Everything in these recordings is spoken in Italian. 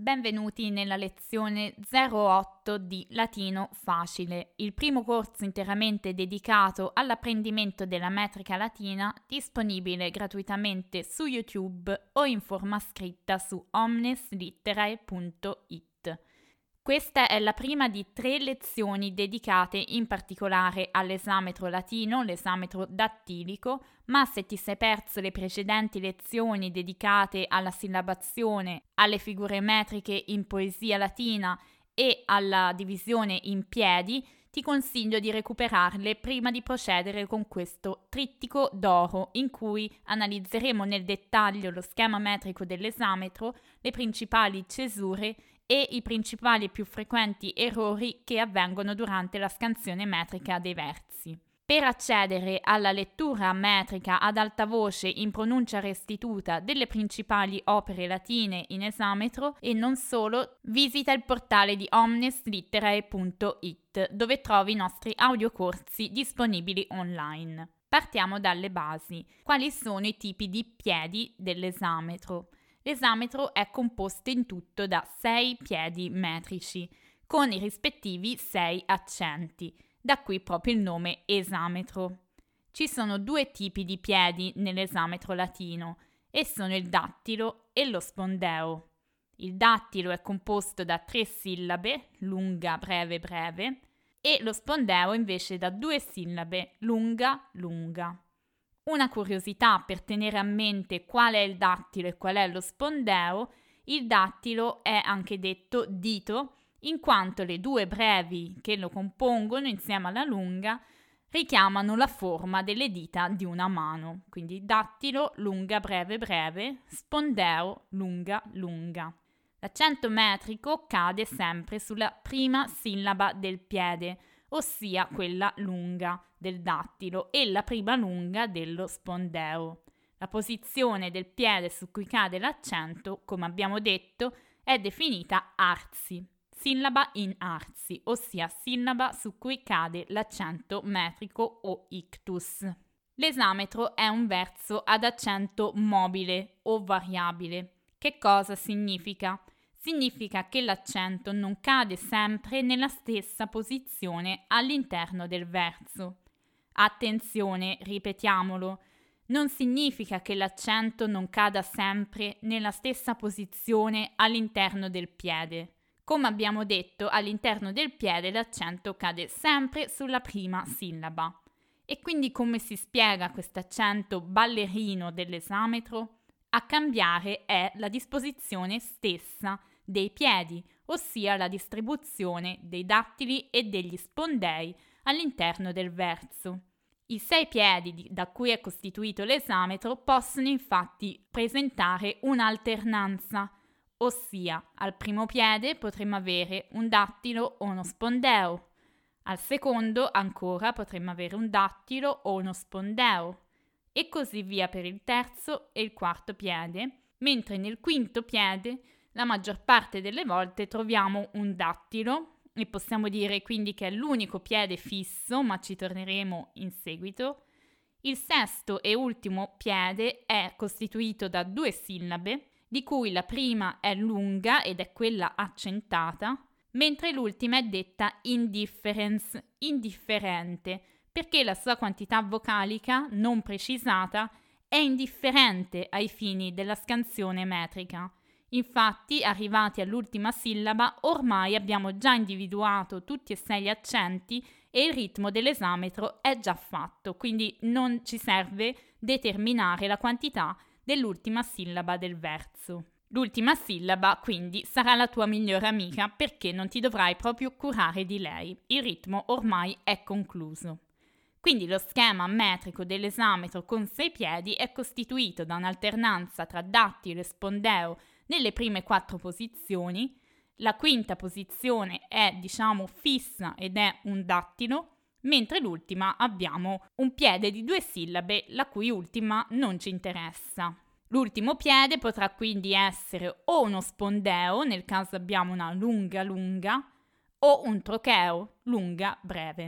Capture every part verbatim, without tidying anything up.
Benvenuti nella lezione zero otto di Latino Facile, il primo corso interamente dedicato all'apprendimento della metrica latina, disponibile gratuitamente su YouTube o in forma scritta su omneslitterae punto it. Questa è la prima di tre lezioni dedicate in particolare all'esametro latino, l'esametro dattilico, ma se ti sei perso le precedenti lezioni dedicate alla sillabazione, alle figure metriche in poesia latina e alla divisione in piedi, ti consiglio di recuperarle prima di procedere con questo trittico d'oro in cui analizzeremo nel dettaglio lo schema metrico dell'esametro, le principali cesure e i principali e più frequenti errori che avvengono durante la scansione metrica dei versi. Per accedere alla lettura metrica ad alta voce in pronuncia restituta delle principali opere latine in esametro e non solo, visita il portale di omneslitterae punto it dove trovi i nostri audiocorsi disponibili online. Partiamo dalle basi. Quali sono i tipi di piedi dell'esametro? L'esametro è composto in tutto da sei piedi metrici, con i rispettivi sei accenti, da qui proprio il nome esametro. Ci sono due tipi di piedi nell'esametro latino, e sono il dattilo e lo spondeo. Il dattilo è composto da tre sillabe, lunga, breve, breve, e lo spondeo invece da due sillabe, lunga, lunga. Una curiosità per tenere a mente qual è il dattilo e qual è lo spondeo: il dattilo è anche detto dito, in quanto le due brevi che lo compongono insieme alla lunga richiamano la forma delle dita di una mano. Quindi dattilo, lunga, breve, breve, spondeo, lunga, lunga. L'accento metrico cade sempre sulla prima sillaba del piede, ossia quella lunga del dattilo e la prima lunga dello spondeo. La posizione del piede su cui cade l'accento, come abbiamo detto, è definita arsi, sillaba in arsi, ossia sillaba su cui cade l'accento metrico o ictus. L'esametro è un verso ad accento mobile o variabile. Che cosa significa? Significa che l'accento non cade sempre nella stessa posizione all'interno del verso. Attenzione, ripetiamolo, non significa che l'accento non cada sempre nella stessa posizione all'interno del piede. Come abbiamo detto, all'interno del piede l'accento cade sempre sulla prima sillaba. E quindi come si spiega questo accento ballerino dell'esametro? A cambiare è la disposizione stessa dei piedi, ossia la distribuzione dei dattili e degli spondei all'interno del verso. I sei piedi di, da cui è costituito l'esametro possono infatti presentare un'alternanza, ossia al primo piede potremmo avere un dattilo o uno spondeo, al secondo ancora potremmo avere un dattilo o uno spondeo, e così via per il terzo e il quarto piede, mentre nel quinto piede la maggior parte delle volte troviamo un dattilo e possiamo dire quindi che è l'unico piede fisso, ma ci torneremo in seguito. Il sesto e ultimo piede è costituito da due sillabe, di cui la prima è lunga ed è quella accentata, mentre l'ultima è detta indifference, indifferente, perché la sua quantità vocalica non precisata è indifferente ai fini della scansione metrica. Infatti, arrivati all'ultima sillaba, ormai abbiamo già individuato tutti e sei gli accenti e il ritmo dell'esametro è già fatto, quindi non ci serve determinare la quantità dell'ultima sillaba del verso. L'ultima sillaba, quindi, sarà la tua migliore amica perché non ti dovrai proprio curare di lei. Il ritmo ormai è concluso. Quindi lo schema metrico dell'esametro con sei piedi è costituito da un'alternanza tra dattilo e spondeo nelle prime quattro posizioni. La quinta posizione è, diciamo, fissa ed è un dattilo, mentre l'ultima abbiamo un piede di due sillabe, la cui ultima non ci interessa. L'ultimo piede potrà quindi essere o uno spondeo, nel caso abbiamo una lunga lunga, o un trocheo, lunga breve.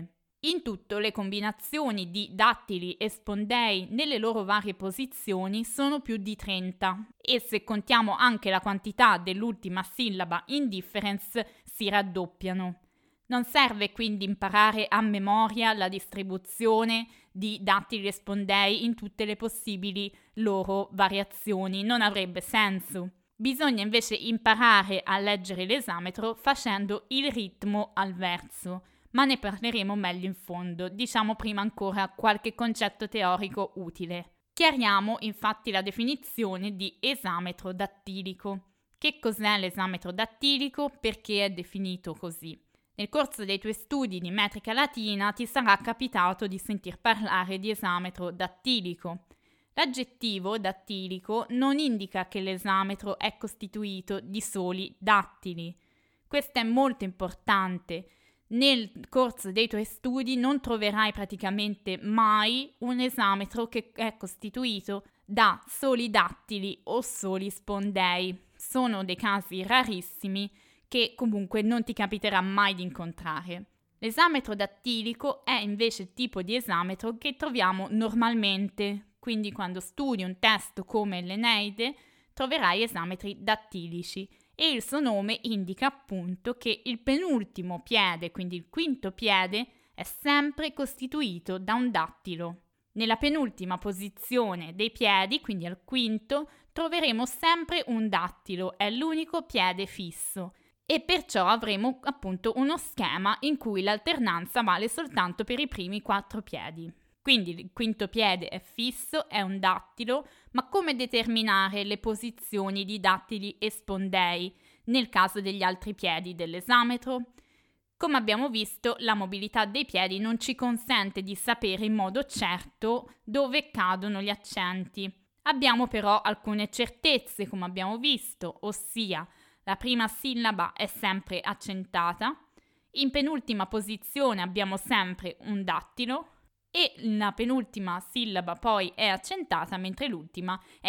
In tutto le combinazioni di dattili e spondei nelle loro varie posizioni sono più di trenta e se contiamo anche la quantità dell'ultima sillaba in difference si raddoppiano. Non serve quindi imparare a memoria la distribuzione di dattili e spondei in tutte le possibili loro variazioni, non avrebbe senso. Bisogna invece imparare a leggere l'esametro facendo il ritmo al verso, ma ne parleremo meglio in fondo, diciamo prima ancora qualche concetto teorico utile. Chiariamo infatti la definizione di esametro dattilico. Che cos'è l'esametro dattilico? Perché è definito così? Nel corso dei tuoi studi di metrica latina ti sarà capitato di sentir parlare di esametro dattilico. L'aggettivo dattilico non indica che l'esametro è costituito di soli dattili. Questo è molto importante. Nel corso dei tuoi studi non troverai praticamente mai un esametro che è costituito da soli dattili o soli spondei. Sono dei casi rarissimi che comunque non ti capiterà mai di incontrare. L'esametro dattilico è invece il tipo di esametro che troviamo normalmente, quindi quando studi un testo come l'Eneide troverai esametri dattilici e il suo nome indica appunto che il penultimo piede, quindi il quinto piede, è sempre costituito da un dattilo. Nella penultima posizione dei piedi, quindi al quinto, troveremo sempre un dattilo, è l'unico piede fisso. E perciò avremo appunto uno schema in cui l'alternanza vale soltanto per i primi quattro piedi. Quindi il quinto piede è fisso, è un dattilo, ma come determinare le posizioni di dattili e spondei nel caso degli altri piedi dell'esametro? Come abbiamo visto, la mobilità dei piedi non ci consente di sapere in modo certo dove cadono gli accenti. Abbiamo però alcune certezze, come abbiamo visto, ossia la prima sillaba è sempre accentata, in penultima posizione abbiamo sempre un dattilo e la penultima sillaba poi è accentata mentre l'ultima è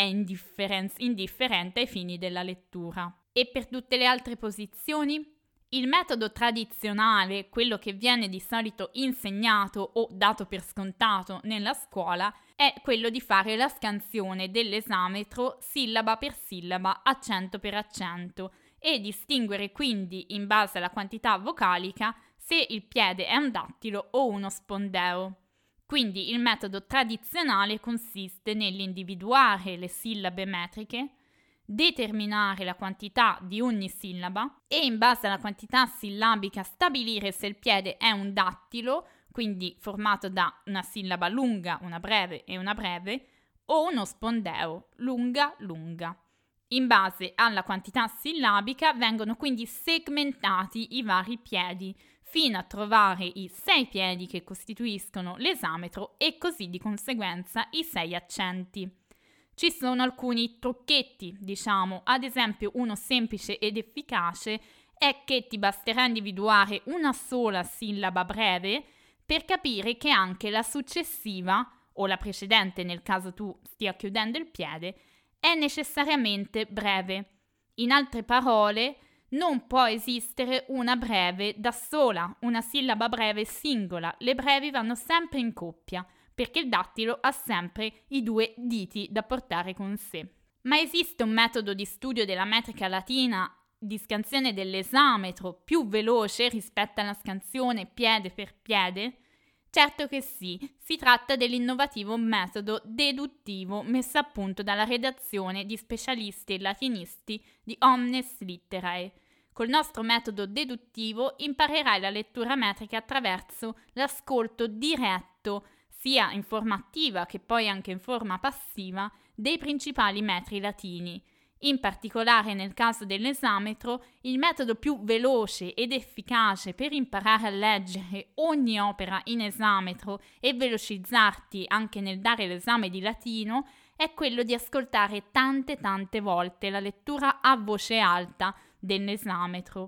indifferente ai fini della lettura. E per tutte le altre posizioni? Il metodo tradizionale, quello che viene di solito insegnato o dato per scontato nella scuola, è quello di fare la scansione dell'esametro sillaba per sillaba, accento per accento, e distinguere quindi in base alla quantità vocalica se il piede è un dattilo o uno spondeo. Quindi il metodo tradizionale consiste nell'individuare le sillabe metriche, determinare la quantità di ogni sillaba e in base alla quantità sillabica stabilire se il piede è un dattilo, quindi formato da una sillaba lunga, una breve e una breve, o uno spondeo, lunga, lunga. In base alla quantità sillabica vengono quindi segmentati i vari piedi fino a trovare i sei piedi che costituiscono l'esametro e così di conseguenza i sei accenti. Ci sono alcuni trucchetti, diciamo, ad esempio uno semplice ed efficace è che ti basterà individuare una sola sillaba breve per capire che anche la successiva, o la precedente nel caso tu stia chiudendo il piede, è necessariamente breve. In altre parole, non può esistere una breve da sola, una sillaba breve singola. Le brevi vanno sempre in coppia, perché il dattilo ha sempre i due diti da portare con sé. Ma esiste un metodo di studio della metrica latina di scansione dell'esametro più veloce rispetto alla scansione piede per piede? Certo che sì, si tratta dell'innovativo metodo deduttivo messo a punto dalla redazione di specialisti e latinisti di Omnes Litterae. Col nostro metodo deduttivo imparerai la lettura metrica attraverso l'ascolto diretto, sia in forma attiva che poi anche in forma passiva, dei principali metri latini. In particolare nel caso dell'esametro, il metodo più veloce ed efficace per imparare a leggere ogni opera in esametro e velocizzarti anche nel dare l'esame di latino è quello di ascoltare tante tante volte la lettura a voce alta dell'esametro.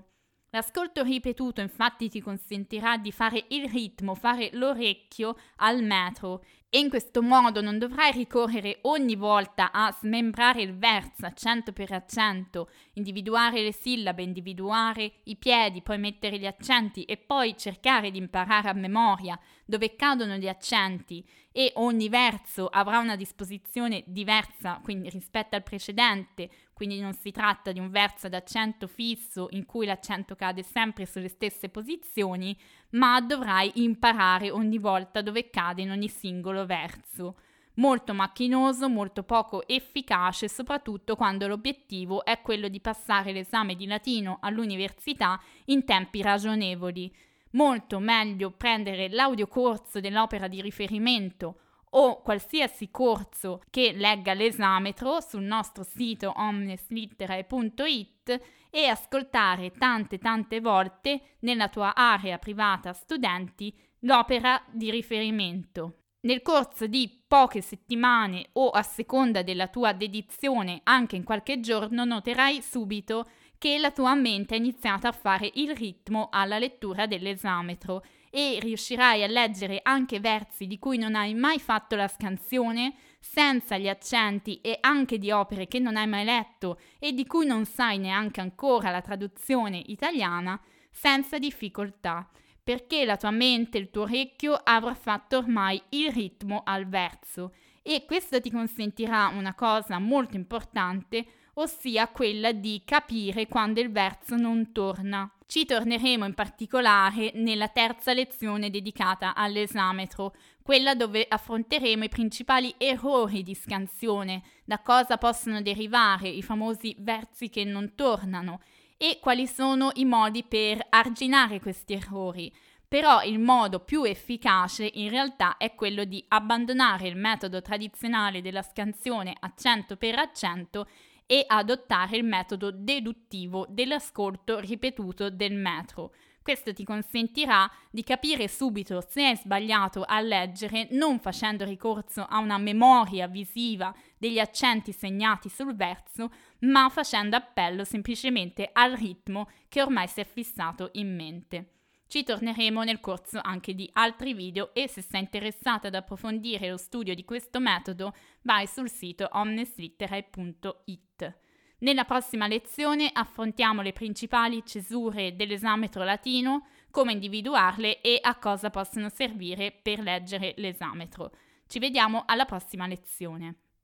L'ascolto ripetuto infatti ti consentirà di fare il ritmo, fare l'orecchio al metro e in questo modo non dovrai ricorrere ogni volta a smembrare il verso accento per accento, individuare le sillabe, individuare i piedi, poi mettere gli accenti e poi cercare di imparare a memoria dove cadono gli accenti e ogni verso avrà una disposizione diversa, quindi rispetto al precedente, quindi non si tratta di un verso ad accento fisso in cui l'accento cade sempre sulle stesse posizioni, ma dovrai imparare ogni volta dove cade in ogni singolo verso. Molto macchinoso, molto poco efficace, soprattutto quando l'obiettivo è quello di passare l'esame di latino all'università in tempi ragionevoli. Molto meglio prendere l'audiocorso dell'opera di riferimento o qualsiasi corso che legga l'esametro sul nostro sito omneslitterae punto it e ascoltare tante tante volte nella tua area privata studenti l'opera di riferimento. Nel corso di poche settimane o a seconda della tua dedizione anche in qualche giorno noterai subito che la tua mente ha iniziato a fare il ritmo alla lettura dell'esametro e riuscirai a leggere anche versi di cui non hai mai fatto la scansione, senza gli accenti e anche di opere che non hai mai letto e di cui non sai neanche ancora la traduzione italiana, senza difficoltà, perché la tua mente, il tuo orecchio avrà fatto ormai il ritmo al verso e questo ti consentirà una cosa molto importante, ossia quella di capire quando il verso non torna. Ci torneremo in particolare nella terza lezione dedicata all'esametro, quella dove affronteremo i principali errori di scansione, da cosa possono derivare i famosi versi che non tornano e quali sono i modi per arginare questi errori. Però il modo più efficace in realtà è quello di abbandonare il metodo tradizionale della scansione accento per accento e adottare il metodo deduttivo dell'ascolto ripetuto del metro. Questo ti consentirà di capire subito se hai sbagliato a leggere, non facendo ricorso a una memoria visiva degli accenti segnati sul verso, ma facendo appello semplicemente al ritmo che ormai si è fissato in mente. Ci torneremo nel corso anche di altri video e se sei interessata ad approfondire lo studio di questo metodo, vai sul sito omneslitterae punto it. Nella prossima lezione affrontiamo le principali cesure dell'esametro latino, come individuarle e a cosa possono servire per leggere l'esametro. Ci vediamo alla prossima lezione.